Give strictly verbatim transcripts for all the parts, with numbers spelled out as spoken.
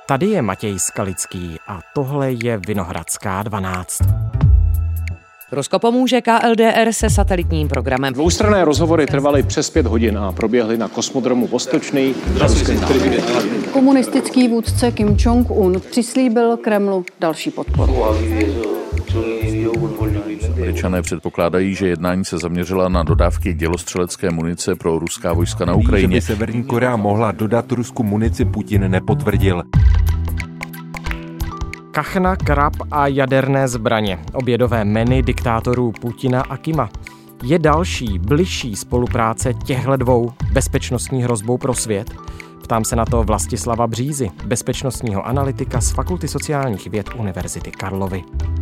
Tady je Matěj Skalický a tohle je Vinohradská dvanáct. Rusko pomůže K L D R se satelitním programem. Dvoustranné rozhovory trvaly přes pět hodin a proběhly na kosmodromu Vostočný. Komunistický vůdce Kim Jong-un přislíbil Kremlu další podporu. Američané předpokládají, že jednání se zaměřila na dodávky dělostřelecké munice pro ruská vojska na Ukrajině. Že by Severní Korea mohla dodat Rusku munici, Putin nepotvrdil. Kachna, krab a jaderné zbraně. Obědové menu diktátorů Putina a Kima. Je další, bližší spolupráce těchto dvou bezpečnostní hrozbou pro svět? Ptám se na to Vlastislava Břízy, bezpečnostního analytika z Fakulty sociálních věd Univerzity Karlovy.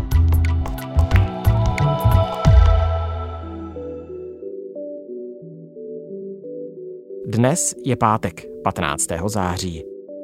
Dnes je pátek, patnáctého září.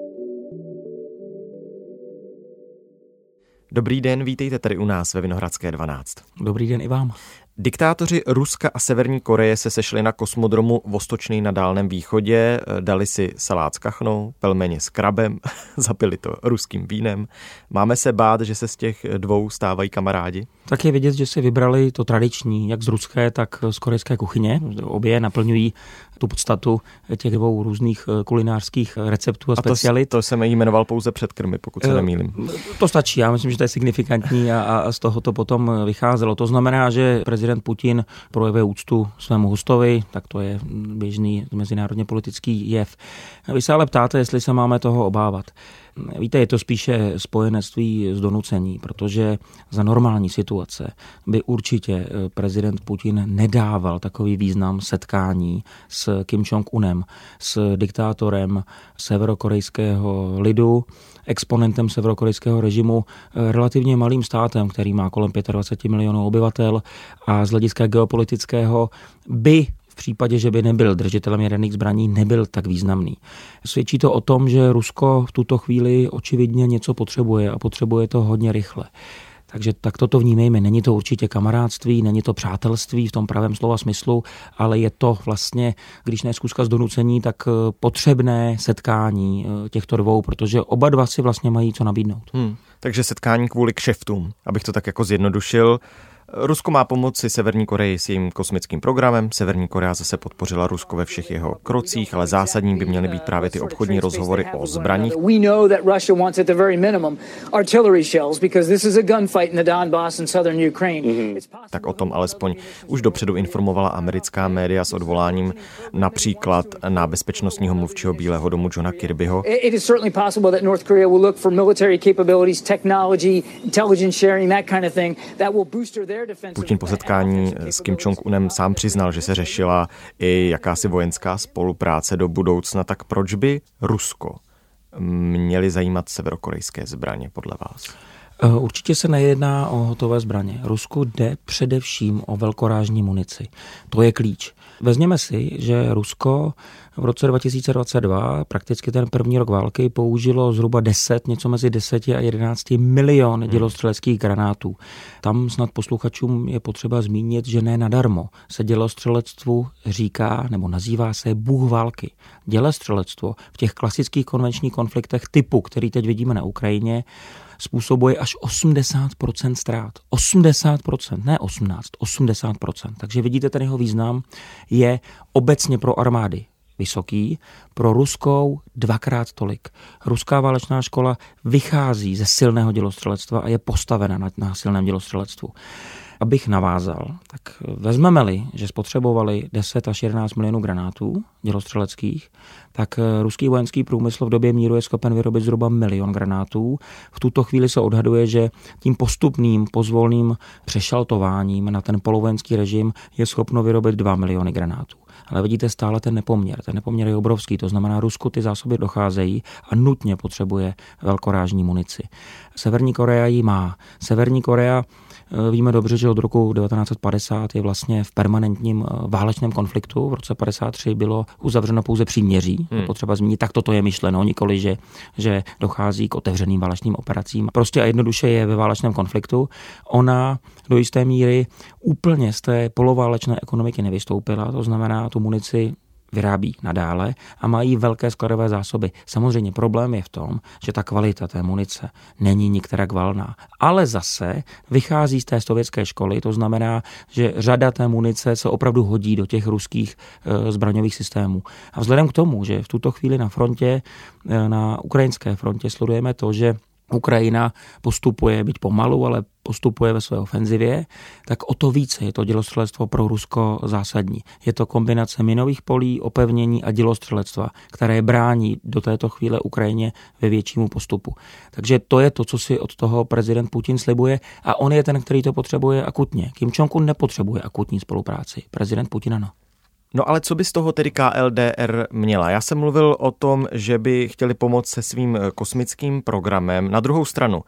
Dobrý den, vítejte tady u nás ve Vinohradské dvanáct. Dobrý den i vám. Diktátoři Ruska a Severní Koreje se sešli na kosmodromu Vostočný na Dálném východě, dali si salát s kachnou, pelmeně s krabem, zapili to ruským vínem. Máme se bát, že se z těch dvou stávají kamarádi? Tak je vidět, že si vybrali to tradiční, jak z ruské, tak z korejské kuchyně. Obě naplňují tu podstatu těch dvou různých kulinářských receptů a, a specialit. To, to jsem jmenoval pouze předkrmy, pokud se nemýlím. To stačí, já myslím, že to je signifikantní a, a z toho to potom vycházelo. To znamená, že prezident Putin projevuje úctu svému hostovi, tak to je běžný mezinárodně politický jev. Vy se ale ptáte, jestli se máme toho obávat. Víte, je to spíše spojenectví z donucení, protože za normální situace by určitě prezident Putin nedával takový význam setkání s Kim Jong-unem, s diktátorem severokorejského lidu, exponentem severokorejského režimu, relativně malým státem, který má kolem dvacet pět milionů obyvatel a z hlediska geopolitického by v případě, že by nebyl držitelem jaderných zbraní, nebyl tak významný. Svědčí to o tom, že Rusko v tuto chvíli očividně něco potřebuje a potřebuje to hodně rychle. Takže tak toto vnímejme. Není to určitě kamarádství, není to přátelství v tom pravém slova smyslu, ale je to vlastně, když ne zkuska z donucení, tak potřebné setkání těchto dvou, protože oba dva si vlastně mají co nabídnout. Hmm. Takže setkání kvůli kšeftům, abych to tak jako zjednodušil. Rusko má pomoci Severní Koreji s jejím kosmickým programem, Severní Korea zase podpořila Rusko ve všech jeho krocích, ale zásadní by měly být právě ty obchodní rozhovory o zbraních. Tak o tom alespoň už dopředu informovala americká média s odvoláním například na bezpečnostního mluvčího Bílého domu Johna Kirbyho. Putin po setkání s Kim Jong-unem sám přiznal, že se řešila i jakási vojenská spolupráce do budoucna, tak proč by Rusko měli zajímat severokorejské zbraně podle vás? Určitě se nejedná o hotové zbraně. Rusku jde především o velkorážní munici. To je klíč. Vezměme si, že Rusko v roce dva tisíce dvacet dva, prakticky ten první rok války, použilo zhruba deset, něco mezi deseti a jedenácti milion dělostřeleckých granátů. Tam snad posluchačům je potřeba zmínit, že ne nadarmo se dělostřelectvu říká nebo nazývá se bůh války. Dělostřelectvo v těch klasických konvenčních konfliktech typu, který teď vidíme na Ukrajině, způsobuje až osmdesát procent ztrát. osmdesát procent, ne osmnáct, osmdesát procent. Takže vidíte, ten jeho význam je obecně pro armády vysoký, pro ruskou dvakrát tolik. Ruská válečná škola vychází ze silného dělostřelectva a je postavena na, na silném dělostřelectvu. Abych navázal, tak vezmeme-li, že spotřebovali deset až jedenáct milionů granátů dělostřeleckých, tak ruský vojenský průmysl v době míru je schopen vyrobit zhruba milion granátů. V tuto chvíli se odhaduje, že tím postupným pozvolným přešaltováním na ten polovojenský režim je schopno vyrobit dva miliony granátů. Ale vidíte stále ten nepoměr. Ten nepoměr je obrovský, to znamená, Rusku ty zásoby docházejí a nutně potřebuje velkorážní munici. Severní Korea ji má. Severní Korea, víme dobře, že od roku devatenáct set padesát je vlastně v permanentním válečném konfliktu. V roce padesát tři bylo uzavřeno pouze příměří, hmm. potřeba zmínit, tak toto je myšleno, nikoli, že, že dochází k otevřeným válečným operacím. Prostě a jednoduše je ve válečném konfliktu. Ona do jisté míry úplně z té poloválečné ekonomiky nevystoupila, to znamená, tu munici vyrábí nadále a mají velké skladové zásoby. Samozřejmě problém je v tom, že ta kvalita té munice není nikterak valná. Ale zase vychází z té sovětské školy, to znamená, že řada té munice se opravdu hodí do těch ruských e, zbraňových systémů. A vzhledem k tomu, že v tuto chvíli na frontě, e, na ukrajinské frontě sledujeme to, že Ukrajina postupuje, byť pomalu, ale postupuje ve své ofenzivě, tak o to více je to dělostřelectvo pro Rusko zásadní. Je to kombinace minových polí, opevnění a dělostřelectva, které brání do této chvíle Ukrajině ve většímu postupu. Takže to je to, co si od toho prezident Putin slibuje a on je ten, který to potřebuje akutně. Kim Jong-un nepotřebuje akutní spolupráci. Prezident Putin ano. No ale co by z toho tedy K L D R měla? Já jsem mluvil o tom, že by chtěli pomoct se svým kosmickým programem. Na druhou stranu,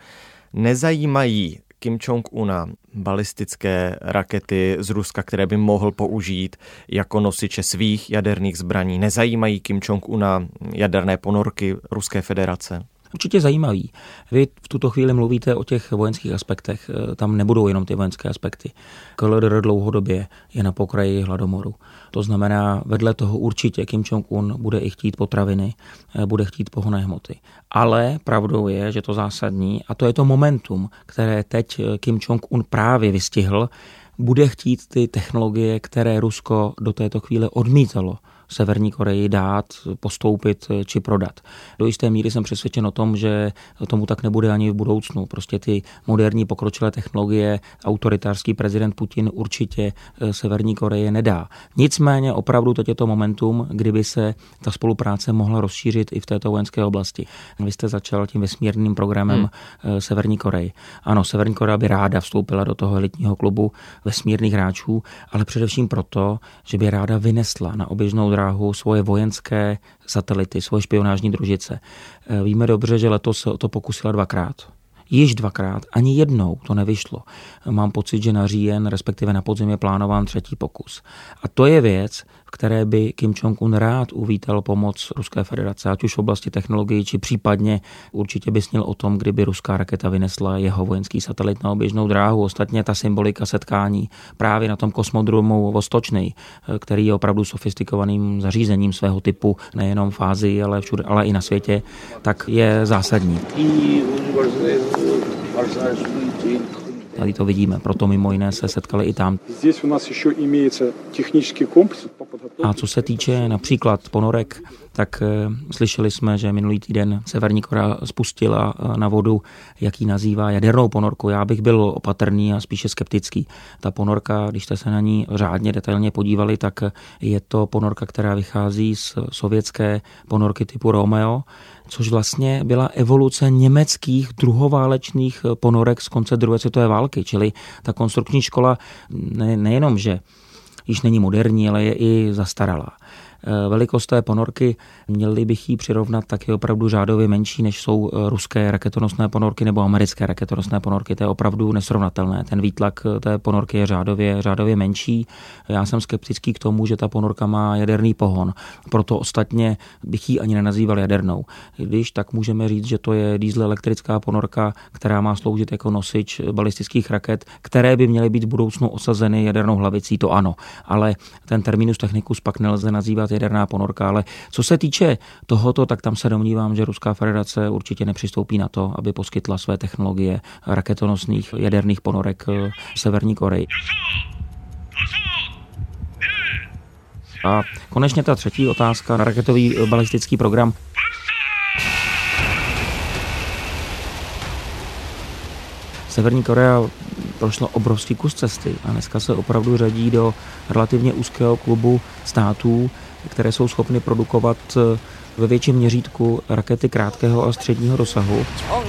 nezajímají Kim Jong-una balistické rakety z Ruska, které by mohl použít jako nosiče svých jaderných zbraní. Nezajímají Kim Jong-una jaderné ponorky Ruské federace? Určitě zajímavý. Vy v tuto chvíli mluvíte o těch vojenských aspektech. Tam nebudou jenom ty vojenské aspekty. K L D R dlouhodobě je na pokraji hladomoru. To znamená, vedle toho určitě Kim Jong-un bude i chtít potraviny, bude chtít pohonné hmoty. Ale pravdou je, že to zásadní, a to je to momentum, které teď Kim Jong-un právě vystihl, bude chtít ty technologie, které Rusko do této chvíle odmítalo Severní Koreji dát, postoupit či prodat. Do jisté míry jsem přesvědčen o tom, že tomu tak nebude ani v budoucnu. Prostě ty moderní pokročilé technologie autoritářský prezident Putin určitě Severní Koreje nedá. Nicméně opravdu teď je to momentum, kdyby se ta spolupráce mohla rozšířit i v této vojenské oblasti. Vy jste začal tím vesmírným programem hmm. Severní Koreji. Ano, Severní Korea by ráda vstoupila do toho elitního klubu vesmírných hráčů, ale především proto, že by ráda vynesla na oběžnou dráhu svoje vojenské satelity, svoje špionážní družice. Víme dobře, že letos se o to pokusila dvakrát. Již dvakrát, ani jednou to nevyšlo. Mám pocit, že na říjen, respektive na podzim je plánován třetí pokus. A to je věc, v které by Kim Jong-un rád uvítal pomoc Ruské federace, ať už v oblasti technologií, či případně určitě by snil o tom, kdyby ruská raketa vynesla jeho vojenský satelit na oběžnou dráhu. Ostatně ta symbolika setkání právě na tom kosmodromu Vostočný, který je opravdu sofistikovaným zařízením svého typu, nejenom v Ázii, ale všude, ale i na světě, tak je zásadní. Tady to vidíme, proto mimo jiné se setkali i tam. A co se týče například ponorek, tak e, slyšeli jsme, že minulý týden Severní Korea spustila na vodu, jak ji nazývá, jadernou ponorku. Já bych byl opatrný a spíše skeptický. Ta ponorka, když jste se na ní řádně detailně podívali, tak je to ponorka, která vychází z sovětské ponorky typu Romeo, což vlastně byla evoluce německých druhoválečných ponorek z konce druhé světové války. Čili ta konstrukční škola ne, nejenom, že již není moderní, ale je i zastaralá. Velikost té ponorky, měli bych ji přirovnat, tak je opravdu řádově menší, než jsou ruské raketonosné ponorky nebo americké raketonosné ponorky. To je opravdu nesrovnatelné. Ten výtlak té ponorky je řádově, řádově menší. Já jsem skeptický k tomu, že ta ponorka má jaderný pohon. Proto ostatně bych ji ani nenazýval jadernou. Když tak můžeme říct, že to je dieselelektrická ponorka, která má sloužit jako nosič balistických raket, které by měly být v budoucnu osazeny jadernou hlavicí, to ano. Ale ten terminus technicus pak nelze nazývat jaderná ponorka, ale co se týče tohoto, tak tam se domnívám, že Ruská federace určitě nepřistoupí na to, aby poskytla své technologie raketonosných jaderných ponorek Severní Koreji. A konečně ta třetí otázka, raketový balistický program. Severní Korea prošla obrovský kus cesty a dneska se opravdu řadí do relativně úzkého klubu států, které jsou schopny produkovat ve větším měřítku rakety krátkého a středního dosahu.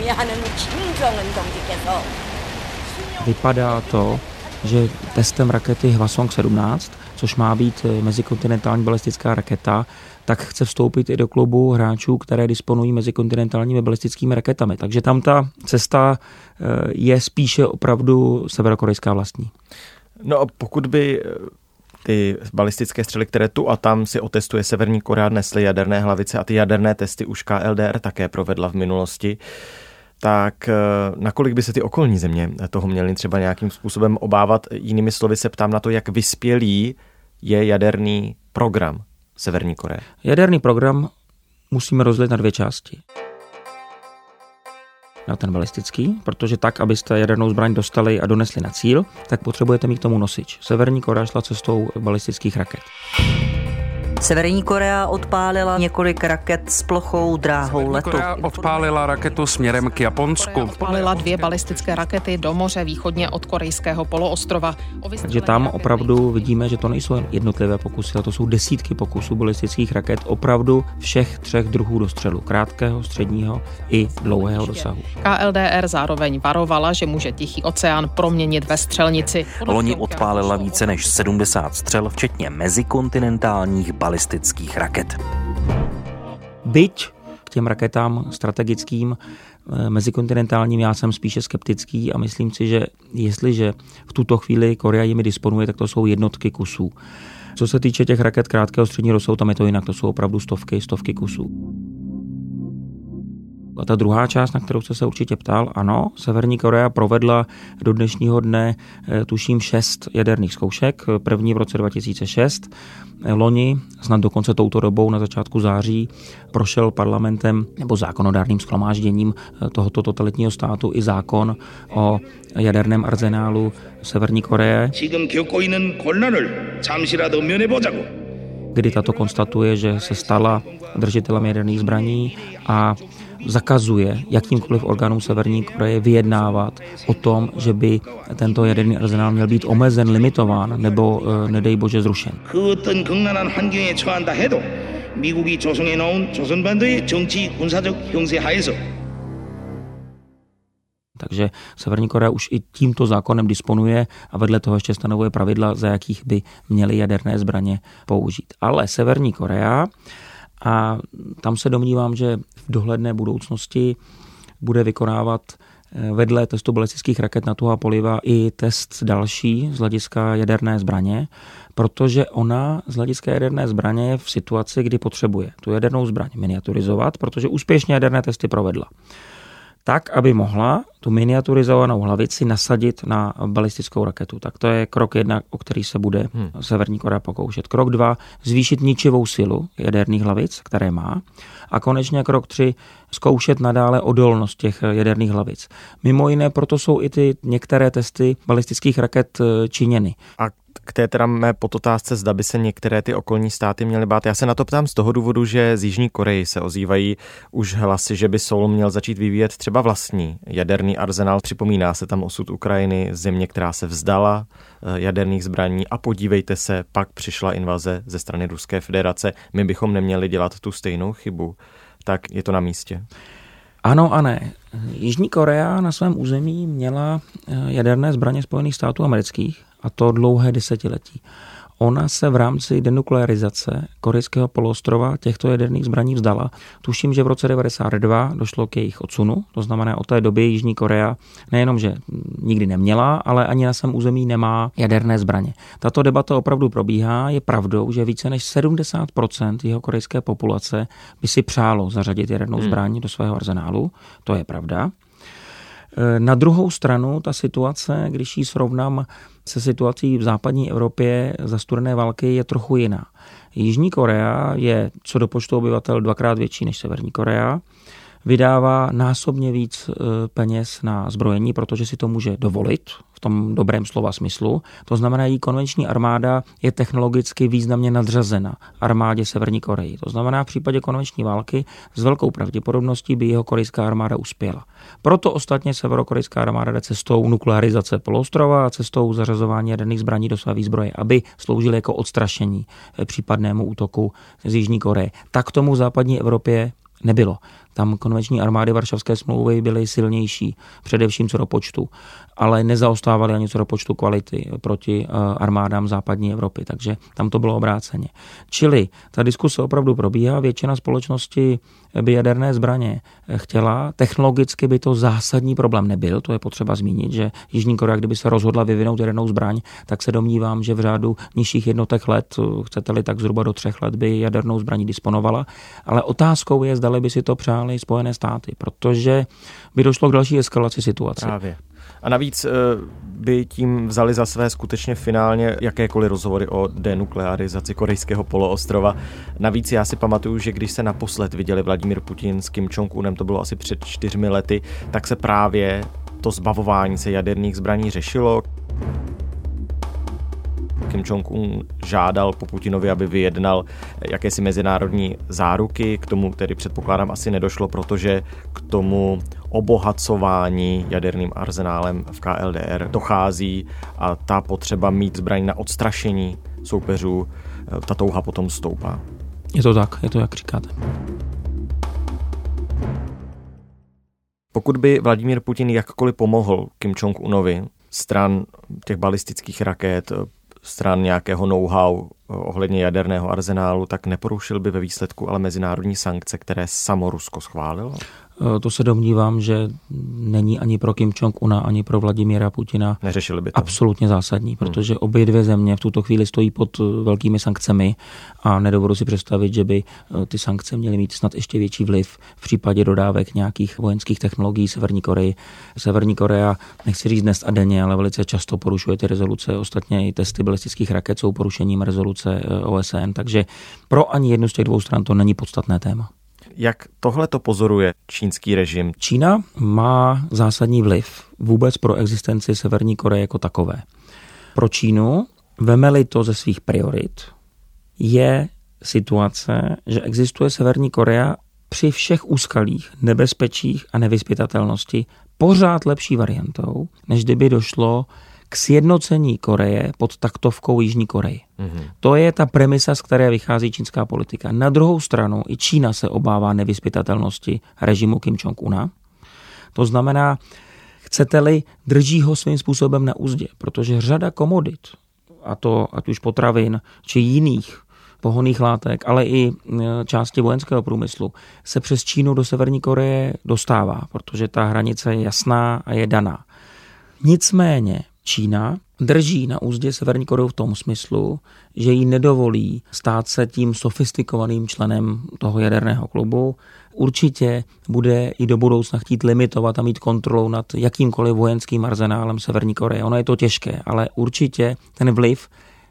Vypadá to, že testem rakety Hwasong sedmnáct, což má být mezikontinentální balistická raketa, tak chce vstoupit i do klubu hráčů, které disponují mezikontinentálními balistickými raketami. Takže tam ta cesta je spíše opravdu severokorejská vlastní. No a pokud by ty balistické střely, které tu a tam si otestuje Severní Korea, nesly jaderné hlavice a ty jaderné testy už K L D R také provedla v minulosti, tak nakolik by se ty okolní země toho měly třeba nějakým způsobem obávat? Jinými slovy se ptám na to, jak vyspělý je jaderný program Severní Koreje? Jaderný program musíme rozdělit na dvě části. Na ten balistický, protože tak, abyste jadernou zbraň dostali a donesli na cíl, tak potřebujete mít k tomu nosič. Severní Korea šla cestou balistických raket. Severní Korea odpálila několik raket s plochou dráhou letu. Korea odpálila raketu směrem k Japonsku. Odpálila dvě balistické rakety do moře východně od korejského poloostrova. Takže tam opravdu vidíme, že to nejsou jen jednotlivé pokusy, ale to jsou desítky pokusů balistických raket opravdu všech třech druhů dostřelu. Krátkého, středního i dlouhého dosahu. K L D R zároveň varovala, že může Tichý oceán proměnit ve střelnici. Loni odpálila více než sedmdesát střel, včetně mezikontinentálních balistických raket. Byť k těm raketám strategickým mezikontinentálním já jsem spíše skeptický a myslím si, že jestliže v tuto chvíli Korea jimi disponuje, tak to jsou jednotky kusů. Co se týče těch raket krátkého středního dosahu, tam je to jinak, to jsou opravdu stovky, stovky kusů. A ta druhá část, na kterou jste se určitě ptal, ano, Severní Korea provedla do dnešního dne tuším šest jaderných zkoušek, první v roce dva tisíce šest. Loni, snad dokonce touto dobou na začátku září, prošel parlamentem nebo zákonodárným shromážděním tohoto totalitního státu i zákon o jaderném arzenálu Severní Koreje, kdy tato konstatuje, že se stala držitelem jaderných zbraní a zakazuje jakýmkoliv orgánům Severní Koreje vyjednávat o tom, že by tento jaderný arzenál měl být omezen, limitován nebo nedej bože zrušen. Takže Severní Korea už i tímto zákonem disponuje a vedle toho ještě stanovuje pravidla, za jakých by měly jaderné zbraně použít. Ale Severní Korea, a tam se domnívám, že v dohledné budoucnosti bude vykonávat vedle testu balistických raket na tuhá poliva i test další z hlediska jaderné zbraně, protože ona z hlediska jaderné zbraně je v situaci, kdy potřebuje tu jadernou zbraň miniaturizovat, protože úspěšně jaderné testy provedla. Tak, aby mohla tu miniaturizovanou hlavici nasadit na balistickou raketu. Tak to je krok jedna, o který se bude hmm. Severní Korea pokoušet. Krok dva, zvýšit ničivou silu jaderných hlavic, které má. A konečně krok tři, zkoušet nadále odolnost těch jaderných hlavic. Mimo jiné, proto jsou i ty některé testy balistických raket činěny. A k té teda mé podotázce, zda by se některé ty okolní státy měly bát. Já se na to ptám z toho důvodu, že z Jižní Koreji se ozývají už hlasy, že by Soul měl začít vyvíjet třeba vlastní jaderný arzenál. Připomíná se tam osud Ukrajiny, země, která se vzdala jaderných zbraní a podívejte se, pak přišla invaze ze strany Ruské federace. My bychom neměli dělat tu stejnou chybu. Tak je to na místě. Ano a ne. Jižní Korea na svém území měla jaderné zbraně Spojených států amerických, a to dlouhé desetiletí. Ona se v rámci denuklearizace korejského poloostrova těchto jaderných zbraní vzdala. Tuším, že v roce devadesát dva došlo k jejich odsunu, to znamená od té doby Jižní Korea nejenom, že nikdy neměla, ale ani na svém území nemá jaderné zbraně. Tato debata opravdu probíhá, je pravdou, že více než sedmdesát procent jeho korejské populace by si přálo zařadit jadernou zbraň do svého arzenálu, to je pravda. Na druhou stranu ta situace, když ji srovnám se situací v západní Evropě za studené války, je trochu jiná. Jižní Korea je co do počtu obyvatel dvakrát větší než Severní Korea, vydává násobně víc peněz na zbrojení, protože si to může dovolit v tom dobrém slova smyslu. To znamená, její konvenční armáda je technologicky významně nadřazena armádě Severní Koreji. To znamená, v případě konvenční války s velkou pravděpodobností by jeho korejská armáda uspěla. Proto ostatně severokorejská armáda jde cestou nuklearizace poloostrova a cestou zařazování jaderných zbraní do své výzbroje, aby sloužily jako odstrašení případnému útoku z Jižní Koreje. Tak tomu v západní Evropě nebylo. Tam konvenční armády Varšavské smlouvy byly silnější, především co do počtu, ale nezaostávaly ani co do počtu kvality proti armádám západní Evropy, takže tam to bylo obráceně. Čili ta diskuse opravdu probíhá, většina společnosti by jaderné zbraně chtěla, technologicky by to zásadní problém nebyl, to je potřeba zmínit, že Jižní Korea, kdyby se rozhodla vyvinout jadernou zbraň, tak se domnívám, že v řádu nižších jednotek let, chcete-li tak zhruba do třech let, by jadernou zbraní disponovala, ale otázkou je, zda zdali by si to přáli Spojené státy, protože by došlo k další eskalaci situace. Právě. A navíc by tím vzali za své skutečně finálně jakékoliv rozhovory o denuklearizaci korejského poloostrova. Navíc já si pamatuju, že když se naposled viděli Vladimír Putin s Kim Jong-unem, to bylo asi před čtyřmi lety, tak se právě to zbavování se jaderných zbraní řešilo. Kim Jong-un žádal po Putinovi, aby vyjednal jakési mezinárodní záruky. K tomu tedy předpokládám asi nedošlo, protože k tomu obohacování jaderným arzenálem v K L D R dochází a ta potřeba mít zbraň na odstrašení soupeřů, ta touha potom stoupá. Je to tak, je to jak říkáte. Pokud by Vladimír Putin jakkoliv pomohl Kim Jong-unovi stran těch balistických raket, stran nějakého know-how ohledně jaderného arzenálu, tak neporušil by ve výsledku ale mezinárodní sankce, které samo Rusko schválilo? To se domnívám, že není ani pro Kim Jong-una, ani pro Vladimíra Putina Neřešili by to. Absolutně zásadní, protože obě dvě země v tuto chvíli stojí pod velkými sankcemi a nedovedu si představit, že by ty sankce měly mít snad ještě větší vliv v případě dodávek nějakých vojenských technologií Severní Koreji. Severní Korea, nechci říct dnes a denně, ale velice často porušuje ty rezoluce. Ostatně i testy balistických raket jsou porušením rezoluce O S N, takže pro ani jednu z těch dvou stran to není podstatné téma. Jak tohle to pozoruje čínský režim? Čína má zásadní vliv vůbec pro existenci Severní Koreje jako takové. Pro Čínu, veme-li to ze svých priorit, je situace, že existuje Severní Korea při všech úskalích, nebezpečích a nevyzpytatelnosti pořád lepší variantou, než kdyby došlo k sjednocení Koreje pod taktovkou Jižní Koreji. Mm-hmm. To je ta premisa, z které vychází čínská politika. Na druhou stranu i Čína se obává nevyzpytatelnosti režimu Kim Jong-una. To znamená, chcete-li, drží ho svým způsobem na úzdě, protože řada komodit, a to ať už potravin, či jiných pohonných látek, ale i části vojenského průmyslu, se přes Čínu do Severní Koreje dostává, protože ta hranice je jasná a je daná. Nicméně Čína drží na úzdě Severní Koreu v tom smyslu, že jí nedovolí stát se tím sofistikovaným členem toho jaderného klubu. Určitě bude i do budoucna chtít limitovat a mít kontrolu nad jakýmkoliv vojenským arzenálem Severní Koreje. Ono je to těžké, ale určitě ten vliv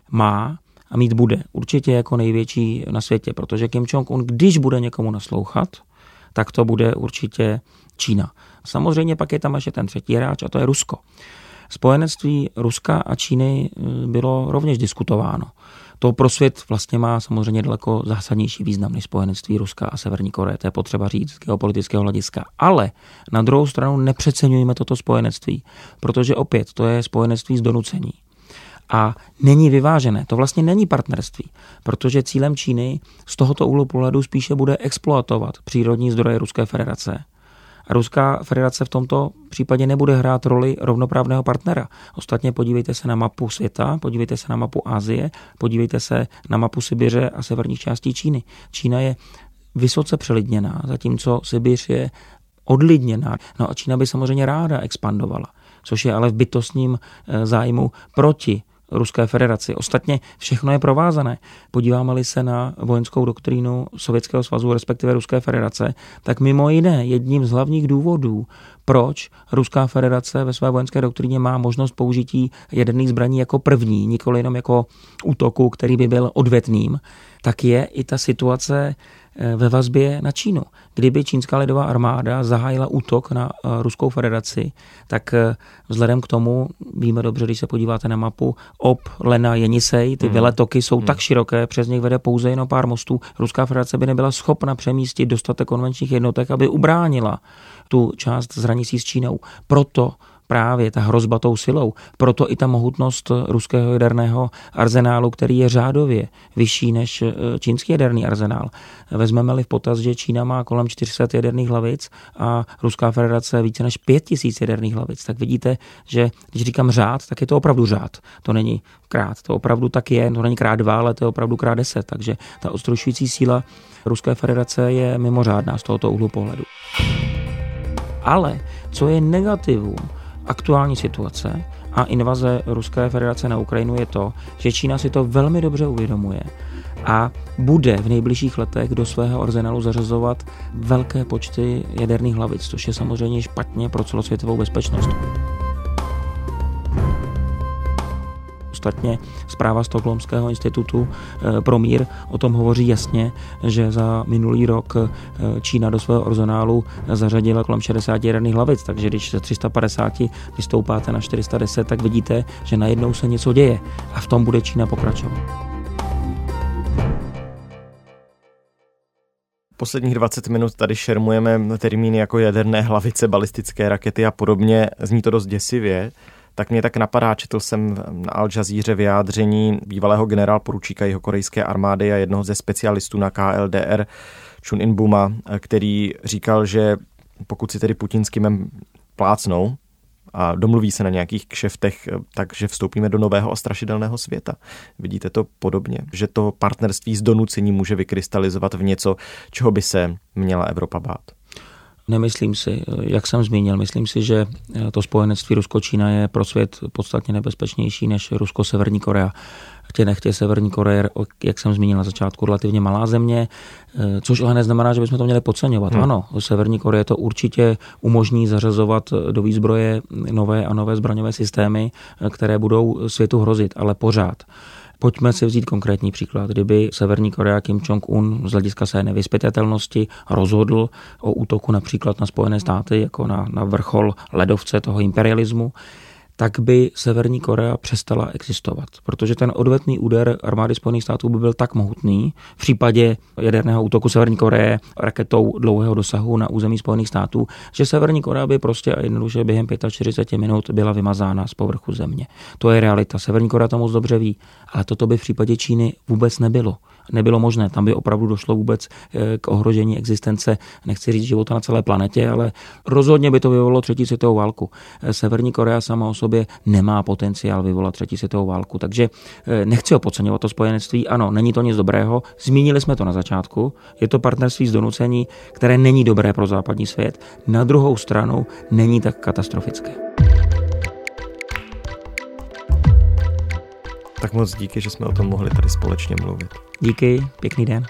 má a mít bude. Určitě jako největší na světě, protože Kim Jong-un, když bude někomu naslouchat, tak to bude určitě Čína. Samozřejmě pak je tam ještě ten třetí hráč a to je Rusko. Spojenectví Ruska a Číny bylo rovněž diskutováno. To pro svět vlastně má samozřejmě daleko zásadnější význam než spojenectví Ruska a Severní Koreje. To je potřeba říct z geopolitického hlediska. Ale na druhou stranu nepřeceňujeme toto spojenectví, protože opět to je spojenectví z donucení. A není vyvážené. To vlastně není partnerství, protože cílem Číny z tohoto úhlu pohledu spíše bude exploatovat přírodní zdroje Ruské federace. A Ruská federace v tomto případě nebude hrát roli rovnoprávného partnera. Ostatně podívejte se na mapu světa, podívejte se na mapu Asie, podívejte se na mapu Sibiře a severních částí Číny. Čína je vysoce přelidněná, zatímco Sibiř je odlidněná. No a Čína by samozřejmě ráda expandovala, což je ale v bytostním zájmu proti Ruské federaci. Ostatně všechno je provázané. Podíváme-li se na vojenskou doktrínu Sovětského svazu, respektive Ruské federace, tak mimo jiné jedním z hlavních důvodů, proč Ruská federace ve své vojenské doktríně má možnost použití jaderných zbraní jako první, nikoli jenom jako útoku, který by byl odvetným, tak je i ta situace ve vazbě na Čínu. Kdyby čínská lidová armáda zahájila útok na Ruskou federaci, tak vzhledem k tomu, víme dobře, když se podíváte na mapu, Ob, Lena, Jenisej, ty hmm. veletoky jsou hmm. tak široké, přes nich vede pouze jen pár mostů. Ruská federace by nebyla schopna přemístit dostatek konvenčních jednotek, aby ubránila tu část z hranicí s Čínou. Proto právě ta hrozba tou silou, proto i ta mohutnost ruského jaderného arzenálu, který je řádově vyšší než čínský jaderný arzenál. Vezmeme-li v potaz, že Čína má kolem čtyři sta jaderných hlavic a Ruská federace více než pět tisíc jaderných hlavic, tak vidíte, že když říkám řád, tak je to opravdu řád. To není krát, to opravdu tak je, to není krát dva, ale to je opravdu krát deset, takže ta odstrašující síla Ruské federace je mimořádná z tohoto úhlu pohledu. Ale co je negativum aktuální situace a invaze Ruské federace na Ukrajinu je to, že Čína si to velmi dobře uvědomuje a bude v nejbližších letech do svého arzenálu zařazovat velké počty jaderných hlavic, což je samozřejmě špatně pro celosvětovou bezpečnost. Ostatně zpráva Stockholmského institutu pro mír o tom hovoří jasně, že za minulý rok Čína do svého arzenálu zařadila kolem šedesát jaderných hlavic, takže když ze tři sta padesát vystoupáte na čtyři sta deset, tak vidíte, že najednou se něco děje a v tom bude Čína pokračovat. Posledních dvacet minut tady šermujeme termíny jako jaderné hlavice, balistické rakety a podobně. Zní to dost děsivě. Tak mě tak napadá, četl jsem na Al Jazeeře vyjádření bývalého generál poručíka jihokorejské armády a jednoho ze specialistů na K L D R, Chun In-buma, který říkal, že pokud si tedy Putin s Kimem plácnou a domluví se na nějakých kšeftech, takže vstoupíme do nového a strašidelného světa. Vidíte to podobně, že to partnerství s donucením může vykrystalizovat v něco, čeho by se měla Evropa bát? Nemyslím si, jak jsem zmínil, myslím si, že to spojenectví Rusko-Čína je pro svět podstatně nebezpečnější než Rusko-Severní Korea. Chtě nechtě Severní Korea, jak jsem zmínil na začátku, relativně malá země, což ale neznamená, že bychom to měli podceňovat. Hmm. Ano, Severní Korea to určitě umožní zařazovat do výzbroje nové a nové zbraňové systémy, které budou světu hrozit, ale pořád. Pojďme si vzít konkrétní příklad. Kdyby Severní Korea Kim Jong-un z hlediska své nevyzpytatelnosti rozhodl o útoku například na Spojené státy jako na, na vrchol ledovce toho imperialismu, tak by Severní Korea přestala existovat, protože ten odvetný úder armády Spojených států by byl tak mohutný v případě jaderného útoku Severní Koreje raketou dlouhého dosahu na území Spojených států, že Severní Korea by prostě a jednoduše během čtyřicet pět minut byla vymazána z povrchu země. To je realita. Severní Korea to moc dobře ví, ale toto by v případě Číny vůbec nebylo. Nebylo možné, tam by opravdu došlo vůbec k ohrožení existence, nechci říct života na celé planetě, ale rozhodně by to vyvolalo třetí světovou válku. Severní Korea sama o sobě nemá potenciál vyvolat třetí světovou válku, takže nechci ho podceňovat to spojenectví, ano, není to nic dobrého, zmínili jsme to na začátku, je to partnerství z donucení, které není dobré pro západní svět, na druhou stranu není tak katastrofické. Tak moc díky, že jsme o tom mohli tady společně mluvit. Díky, pěkný den.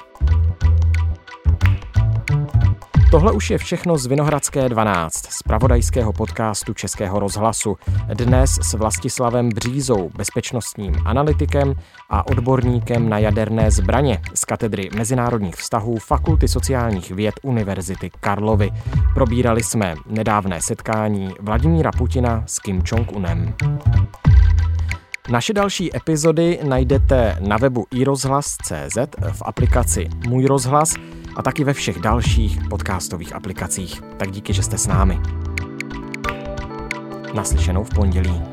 Tohle už je všechno z Vinohradské dvanáct, z zpravodajského podcastu Českého rozhlasu. Dnes s Vlastislavem Břízou, bezpečnostním analytikem a odborníkem na jaderné zbraně z katedry mezinárodních vztahů Fakulty sociálních věd Univerzity Karlovy. Probírali jsme nedávné setkání Vladimíra Putina s Kim Jong-unem. Naše další epizody najdete na webu i rozhlas tečka cé zet, v aplikaci Můj rozhlas a taky ve všech dalších podcastových aplikacích. Tak díky, že jste s námi. Naslyšenou v pondělí.